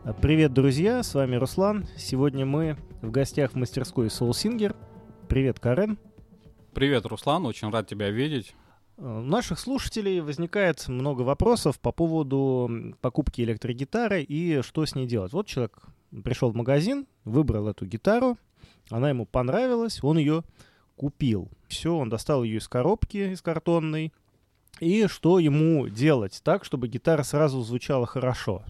Привет, друзья, с вами Руслан. Сегодня мы в гостях в мастерской Soul Singer. Привет, Карен. Привет, Руслан, очень рад тебя видеть. У наших слушателей возникает много вопросов по поводу покупки электрогитары и что с ней делать. Вот человек пришел в магазин, выбрал эту гитару, она ему понравилась, он ее купил. Все, он достал ее из коробки, из картонной. И что ему делать так, чтобы гитара сразу звучала хорошо?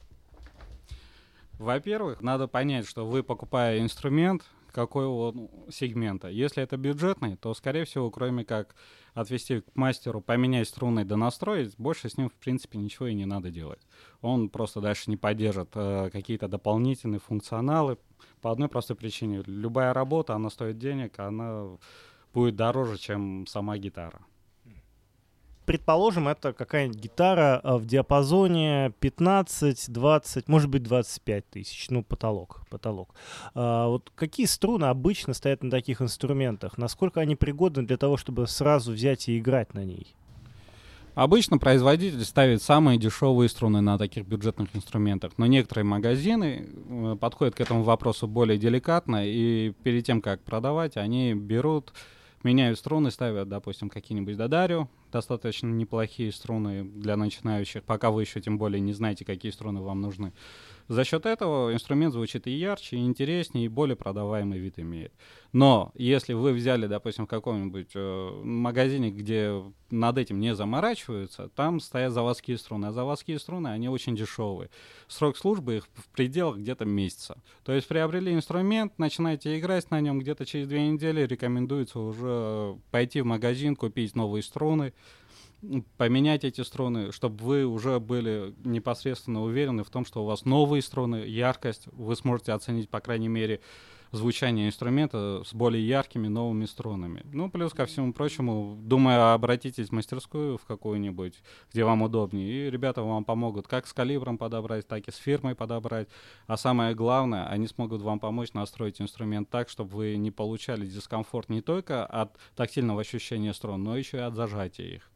Во-первых, надо понять, что вы, покупая инструмент, какого сегмента. Если это бюджетный, то, скорее всего, кроме как отвезти к мастеру, поменять струны да настроить, больше с ним, в принципе, ничего и не надо делать. Он просто дальше не поддержит какие-то дополнительные функционалы по одной простой причине. Любая работа, она стоит денег, она будет дороже, чем сама гитара. Предположим, это какая-нибудь гитара в диапазоне 15-20, может быть, 25 тысяч, потолок. Вот какие струны обычно стоят на таких инструментах? Насколько они пригодны для того, чтобы сразу взять и играть на ней? Обычно производитель ставит самые дешевые струны на таких бюджетных инструментах, но некоторые магазины подходят к этому вопросу более деликатно, и перед тем, как продавать, они меняют струны, ставят, допустим, какие-нибудь Додарио, достаточно неплохие струны для начинающих, пока вы еще тем более не знаете, какие струны вам нужны. За счет этого инструмент звучит и ярче, и интереснее, и более продаваемый вид имеет. Но если вы взяли, допустим, в каком-нибудь магазине, где над этим не заморачиваются, там стоят заводские струны. А заводские струны, они очень дешевые. Срок службы их в пределах где-то месяца. То есть приобрели инструмент, начинаете играть на нем, где-то через 2 недели рекомендуется уже пойти в магазин, купить новые струны, поменять эти струны, чтобы вы уже были непосредственно уверены в том, что у вас новые струны, яркость, вы сможете оценить, по крайней мере, звучание инструмента с более яркими новыми струнами. Плюс ко всему прочему, думаю, обратитесь в мастерскую в какую-нибудь, где вам удобнее, и ребята вам помогут как с калибром подобрать, так и с фирмой подобрать. А самое главное, они смогут вам помочь настроить инструмент так, чтобы вы не получали дискомфорт не только от тактильного ощущения струн, но еще и от зажатия их.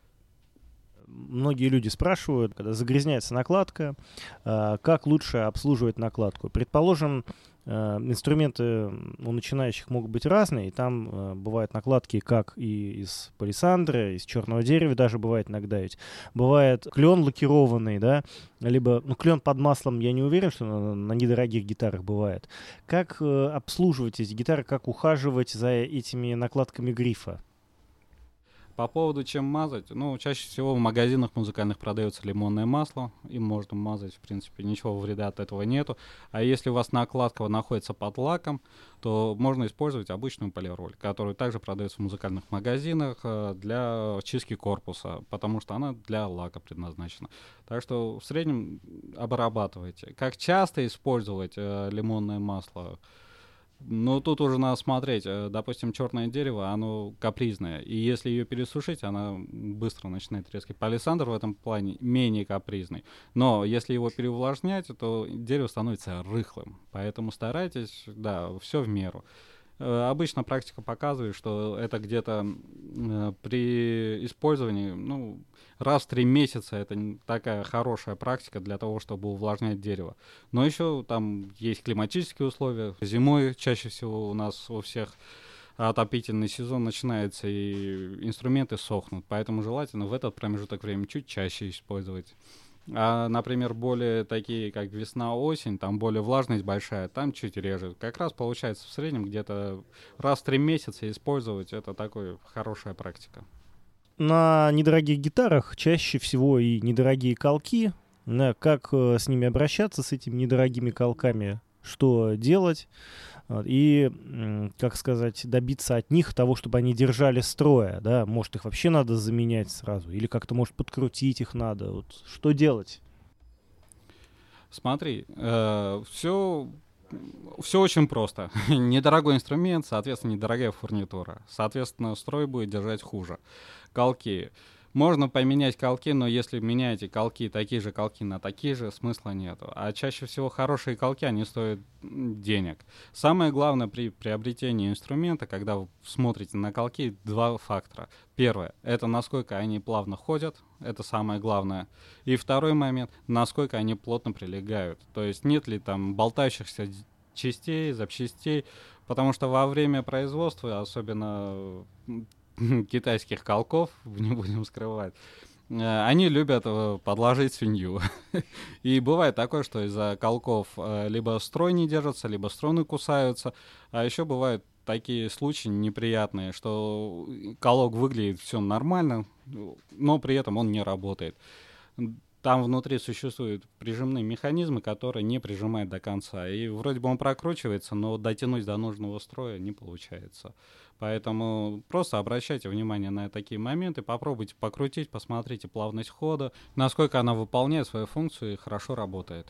Многие люди спрашивают, когда загрязняется накладка, как лучше обслуживать накладку. Предположим, инструменты у начинающих могут быть разные, и там бывают накладки как и из палисандры, из черного дерева даже бывает иногда ведь. Бывает клен лакированный, да, либо клен под маслом, я не уверен, что на недорогих гитарах бывает. Как обслуживать эти гитары, как ухаживать за этими накладками грифа? По поводу чем мазать, чаще всего в магазинах музыкальных продается лимонное масло, им можно мазать, в принципе, ничего вреда от этого нету. А если у вас накладка находится под лаком, то можно использовать обычную полироль, которую также продается в музыкальных магазинах для чистки корпуса, потому что она для лака предназначена. Так что в среднем обрабатывайте. Как часто использовать лимонное масло? Тут уже надо смотреть. Допустим, черное дерево, оно капризное. И если ее пересушить, она быстро начинает трескать. Палисандр в этом плане менее капризный. Но если его переувлажнять, то дерево становится рыхлым. Поэтому старайтесь, все в меру. Обычно практика показывает, что это где-то при использовании, раз в 3 месяца это такая хорошая практика для того, чтобы увлажнять дерево. Но еще там есть климатические условия. Зимой чаще всего у нас у всех отопительный сезон начинается, и инструменты сохнут. Поэтому желательно в этот промежуток времени чуть чаще использовать. А, например, более такие, как весна-осень, там более влажность большая, там чуть реже. Как раз получается в среднем где-то раз в 3 месяца использовать, это такая хорошая практика. На недорогих гитарах чаще всего и недорогие колки. Как с ними обращаться, с этими недорогими колками, что делать и, как сказать, добиться от них того, чтобы они держали строя, да, может, их вообще надо заменять сразу, или как-то, может, подкрутить их надо, вот что делать? Смотри, все очень просто. Недорогой инструмент, соответственно, недорогая фурнитура. Соответственно, строй будет держать хуже. Колки. Можно поменять колки, но если меняете колки, такие же колки на такие же, смысла нету. А чаще всего хорошие колки, они стоят денег. Самое главное при приобретении инструмента, когда вы смотрите на колки, два фактора. Первое, это насколько они плавно ходят, это самое главное. И второй момент, насколько они плотно прилегают. То есть нет ли там болтающихся частей, запчастей, потому что во время производства, особенно китайских колков, не будем скрывать, они любят подложить свинью. И бывает такое, что из-за колков либо строй не держится, либо струны кусаются. А еще бывают такие случаи неприятные, что колок выглядит все нормально, но при этом он не работает. Там внутри существуют прижимные механизмы, которые не прижимают до конца. И вроде бы он прокручивается, но дотянуть до нужного строя не получается. Поэтому просто обращайте внимание на такие моменты, попробуйте покрутить, посмотрите плавность хода, насколько она выполняет свою функцию и хорошо работает.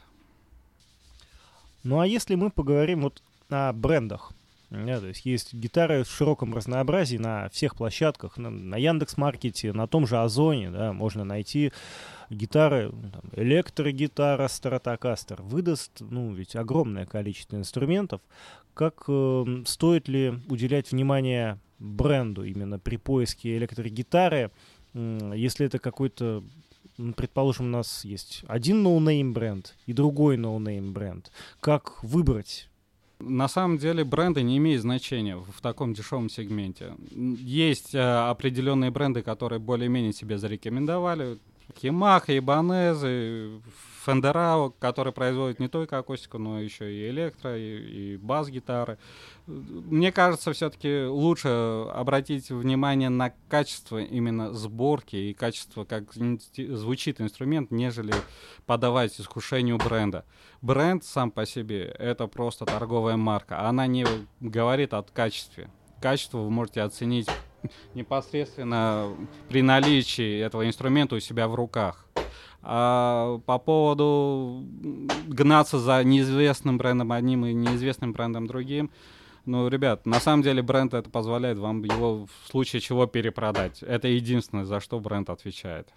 Ну а если мы поговорим вот о брендах, да, то есть гитары в широком разнообразии на всех площадках, на Яндекс.Маркете, на том же Озоне, да, можно найти гитары, там, электрогитара Stratocaster выдаст, ведь огромное количество инструментов. Как стоит ли уделять внимание бренду именно при поиске электрогитары, если это какой-то, предположим, у нас есть один ноунейм бренд и другой ноунейм бренд, как выбрать? На самом деле бренды не имеют значения в таком дешевом сегменте. Есть определенные бренды, которые более-менее себе зарекомендовали. Yamaha, Ibanez, Fender, которые производят не только акустику, но еще и электро, и бас-гитары. Мне кажется, все-таки лучше обратить внимание на качество именно сборки и качество, как звучит инструмент, нежели подавать искушению бренда. Бренд сам по себе — это просто торговая марка. Она не говорит о качестве. Качество вы можете оценить непосредственно при наличии этого инструмента у себя в руках. А по поводу гнаться за неизвестным брендом одним и неизвестным брендом другим, ребят, на самом деле бренд это позволяет вам его в случае чего перепродать. Это единственное, за что бренд отвечает.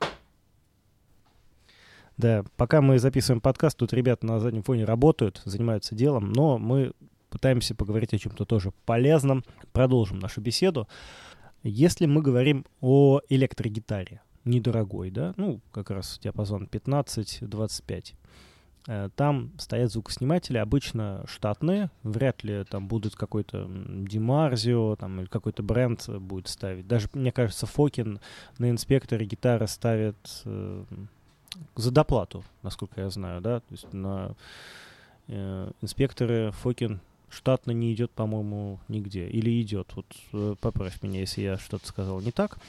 Да, пока мы записываем подкаст, тут ребята на заднем фоне работают, занимаются делом, но мы пытаемся поговорить о чем-то тоже полезном. Продолжим нашу беседу. Если мы говорим о электрогитаре, недорогой, да, как раз диапазон 15-25, там стоят звукосниматели, обычно штатные, вряд ли там будут какой-то Dimarzio, там, или какой-то бренд будет ставить. Даже, мне кажется, Фокин на инспекторе гитары ставит за доплату, насколько я знаю, да, то есть на инспекторы Фокин штатно не идет, по-моему, нигде. Или идет. Вот поправь меня, если я что-то сказал не так.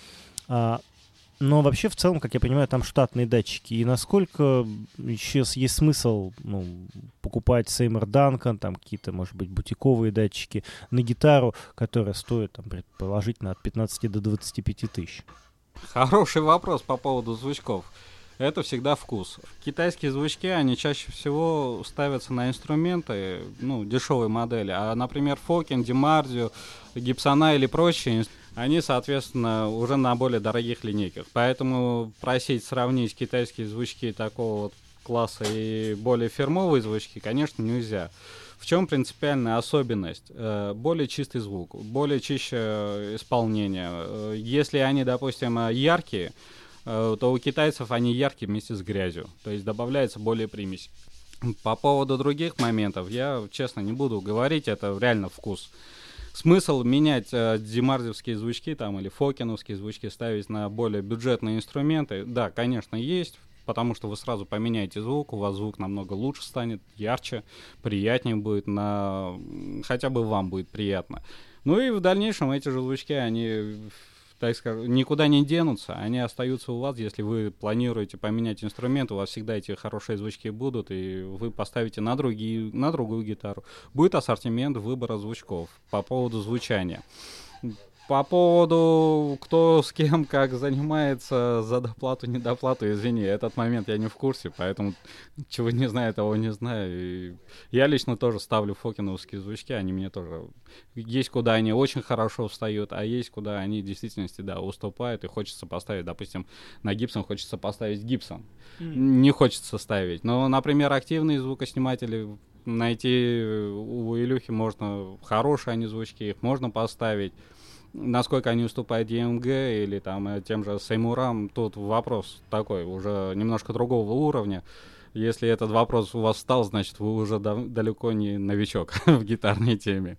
Но вообще, в целом, как я понимаю, там штатные датчики. И насколько сейчас есть смысл покупать Seymour Duncan, там какие-то, может быть, бутиковые датчики на гитару, которая стоит, там, предположительно, от 15 до 25 тысяч? Хороший вопрос по поводу звучков. Это всегда вкус. Китайские звучки, они чаще всего ставятся на инструменты, дешевые модели. А, например, Фокин, Dimarzio, Gibson или прочие, они, соответственно, уже на более дорогих линейках. Поэтому просить сравнить китайские звучки такого вот класса и более фирмовые звучки, конечно, нельзя. В чем принципиальная особенность? Более чистый звук, более чище исполнение. Если они, допустим, яркие, то у китайцев они яркие вместе с грязью, то есть добавляется более примесь. По поводу других моментов я, честно, не буду говорить, это реально вкус. Смысл менять димарзевские звучки там, или фокиновские звучки, ставить на более бюджетные инструменты, да, конечно, есть, потому что вы сразу поменяете звук, у вас звук намного лучше станет, ярче, приятнее будет, хотя бы вам будет приятно. И в дальнейшем эти же звучки, они, так скажем, никуда не денутся, они остаются у вас. Если вы планируете поменять инструмент, у вас всегда эти хорошие звучки будут, и вы поставите на другую гитару. Будет ассортимент выбора звучков по поводу звучания. По поводу, кто с кем как занимается за доплату, недоплату, извини, этот момент я не в курсе, поэтому чего не знаю, того не знаю. И я лично тоже ставлю фокиновские звучки, они мне тоже... Есть, куда они очень хорошо встают, а есть, куда они в действительности, да, уступают, и хочется поставить, допустим, на Гибсон хочется поставить Гибсон. Не хочется ставить. Но, например, активные звукосниматели... Найти у Илюхи можно хорошие они звучки, их можно поставить. Насколько они уступают EMG или там тем же Сеймурам, тут вопрос такой, уже немножко другого уровня. Если этот вопрос у вас встал, значит, вы уже далеко не новичок в гитарной теме.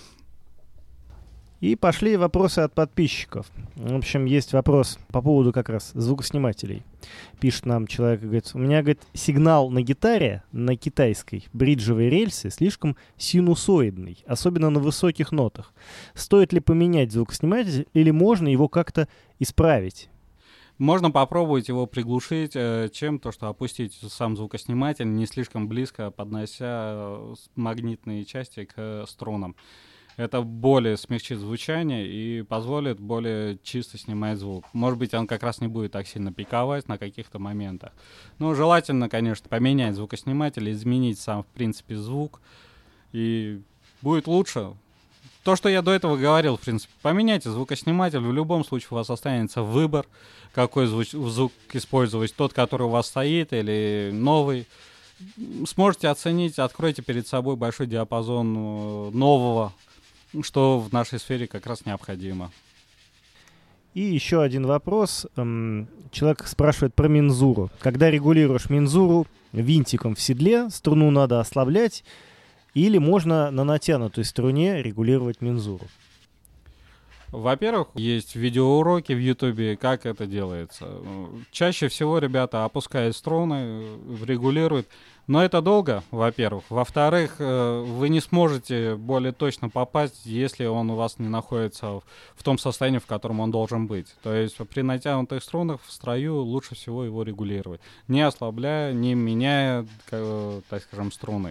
И пошли вопросы от подписчиков. В общем, есть вопрос по поводу как раз звукоснимателей. Пишет нам человек, говорит, у меня, говорит, сигнал на гитаре на китайской бриджевой рельсе слишком синусоидный, особенно на высоких нотах. Стоит ли поменять звукосниматель или можно его как-то исправить? Можно попробовать его приглушить, чем то, что опустить сам звукосниматель, не слишком близко поднося магнитные части к струнам. Это более смягчит звучание и позволит более чисто снимать звук. Может быть, он как раз не будет так сильно пиковать на каких-то моментах. Но желательно, конечно, поменять звукосниматель, изменить сам, в принципе, звук. И будет лучше. То, что я до этого говорил, в принципе, поменяйте звукосниматель. В любом случае у вас останется выбор, какой звук использовать. Тот, который у вас стоит, или новый. Сможете оценить, откройте перед собой большой диапазон нового, что в нашей сфере как раз необходимо. И еще один вопрос. Человек спрашивает про мензуру. Когда регулируешь мензуру винтиком в седле, струну надо ослаблять, или можно на натянутой струне регулировать мензуру? Во-первых, есть видеоуроки в Ютубе, как это делается. Чаще всего ребята опускают струны, регулируют. Но это долго, во-первых. Во-вторых, вы не сможете более точно попасть, если он у вас не находится в том состоянии, в котором он должен быть. То есть при натянутых струнах в строю лучше всего его регулировать, не ослабляя, не меняя, так скажем, струны.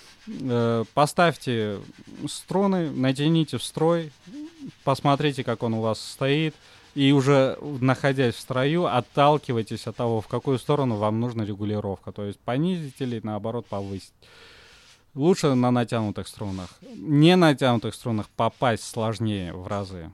Поставьте струны, натяните в строй, посмотрите, как он у вас стоит. И уже находясь в строю, отталкивайтесь от того, в какую сторону вам нужна регулировка. То есть понизить или наоборот повысить. Лучше на натянутых струнах. Не на натянутых струнах попасть сложнее в разы.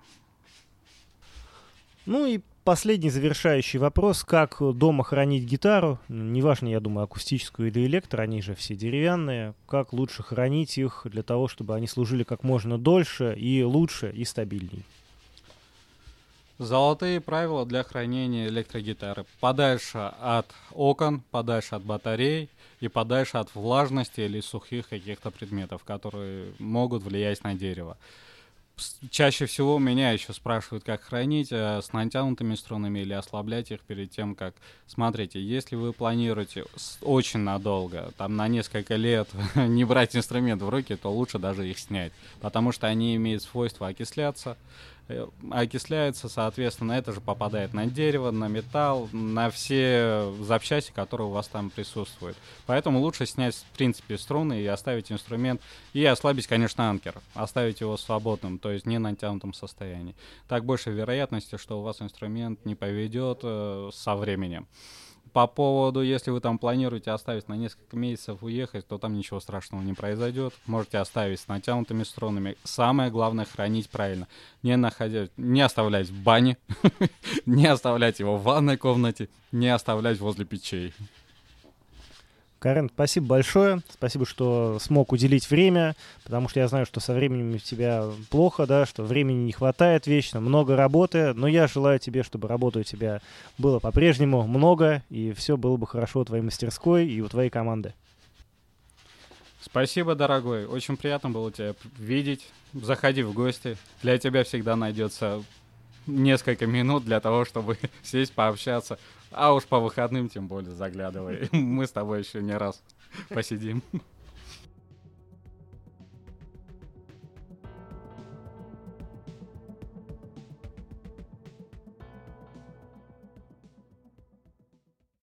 Ну и последний завершающий вопрос. Как дома хранить гитару? Неважно, я думаю, акустическую или электро, они же все деревянные. Как лучше хранить их для того, чтобы они служили как можно дольше и лучше, и стабильней? Золотые правила для хранения электрогитары. Подальше от окон, подальше от батарей и подальше от влажности или сухих каких-то предметов, которые могут влиять на дерево. Чаще всего меня еще спрашивают, как хранить с натянутыми струнами или ослаблять их перед тем, как... Смотрите, если вы планируете очень надолго, там на несколько лет не брать инструмент в руки, то лучше даже их снять, потому что они имеют свойство окисляться. Окисляется, соответственно, это же попадает на дерево, на металл, на все запчасти, которые у вас там присутствуют. Поэтому лучше снять, в принципе, струны и оставить инструмент, и ослабить, конечно, анкер, оставить его свободным, то есть не натянутом состоянии. Так больше вероятности, что у вас инструмент не поведет со временем. По поводу, если вы там планируете оставить на несколько месяцев уехать, то там ничего страшного не произойдет. Можете оставить с натянутыми струнами. Самое главное — хранить правильно. Не оставлять в бане, не оставлять его в ванной комнате, не оставлять возле печей. Карен, спасибо большое. Спасибо, что смог уделить время, потому что я знаю, что со временем у тебя плохо, да, что времени не хватает вечно, много работы, но я желаю тебе, чтобы работы у тебя было по-прежнему много, и все было бы хорошо у твоей мастерской и у твоей команды. Спасибо, дорогой. Очень приятно было тебя видеть. Заходи в гости. Для тебя всегда найдется несколько минут для того, чтобы сесть, пообщаться. А уж по выходным тем более заглядывай. Мы с тобой еще не раз посидим.